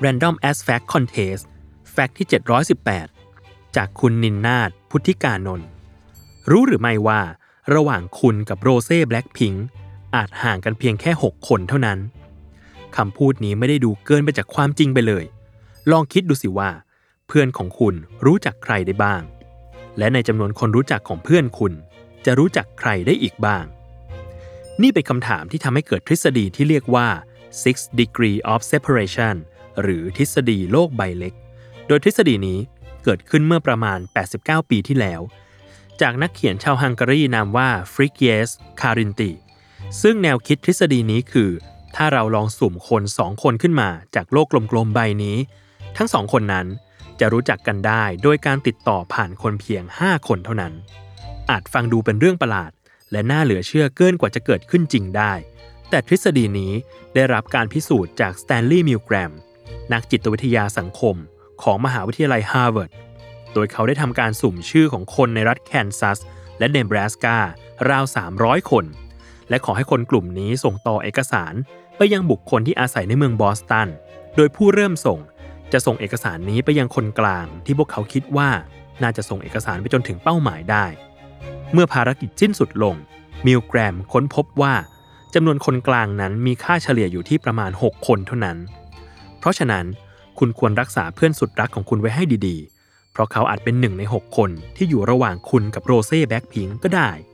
Random as Fact Contest แฟกต์ที่718จากคุณนินนาถพุทธิกานนท์รู้หรือไม่ว่าระหว่างคุณกับโรเซ่แบล็คพิงค์อาจห่างกันเพียงแค่6คนเท่านั้นคำพูดนี้ไม่ได้ดูเกินไปจากความจริงไปเลยลองคิดดูสิว่าเพื่อนของคุณรู้จักใครได้บ้างและในจำนวนคนรู้จักของเพื่อนคุณจะรู้จักใครได้อีกบ้างนี่เป็นคำถามที่ทำให้เกิดทฤษฎีที่เรียกว่า Six Degree of Separation หรือทฤษฎีโลกใบเล็กโดยทฤษฎีนี้เกิดขึ้นเมื่อประมาณ89ปีที่แล้วจากนักเขียนชาวฮังการีนามว่าฟริกเยสคารินติซึ่งแนวคิดทฤษฎีนี้คือถ้าเราลองสุ่มคน2คนขึ้นมาจากโลกกลมๆใบนี้ทั้ง2คนนั้นจะรู้จักกันได้โดยการติดต่อผ่านคนเพียง5คนเท่านั้นอาจฟังดูเป็นเรื่องประหลาดและน่าเหลือเชื่อเกินกว่าจะเกิดขึ้นจริงได้แต่ทฤษฎีนี้ได้รับการพิสูจน์จากสแตนลีย์มิลแกรมนักจิตวิทยาสังคมของมหาวิทยาลัยฮาร์วาร์ดโดยเขาได้ทำการสุ่มชื่อของคนในรัฐแคนซัสและเนบราสการาว300คนและขอให้คนกลุ่มนี้ส่งต่อเอกสารไปยังบุคคลที่อาศัยในเมืองบอสตันโดยผู้เริ่มส่งจะส่งเอกสารนี้ไปยังคนกลางที่พวกเขาคิดว่าน่าจะส่งเอกสารไปจนถึงเป้าหมายได้เมื่อภารกิจสิ้นสุดลงมิลแกรมค้นพบว่าจำนวนคนกลางนั้นมีค่าเฉลี่ยอยู่ที่ประมาณ6คนเท่านั้นเพราะฉะนั้นคุณควรรักษาเพื่อนสุดรักของคุณไว้ให้ดีๆเพราะเขาอาจเป็น1ใน6คนที่อยู่ระหว่างคุณกับโรเซ่แบล็คพิงค์ก็ได้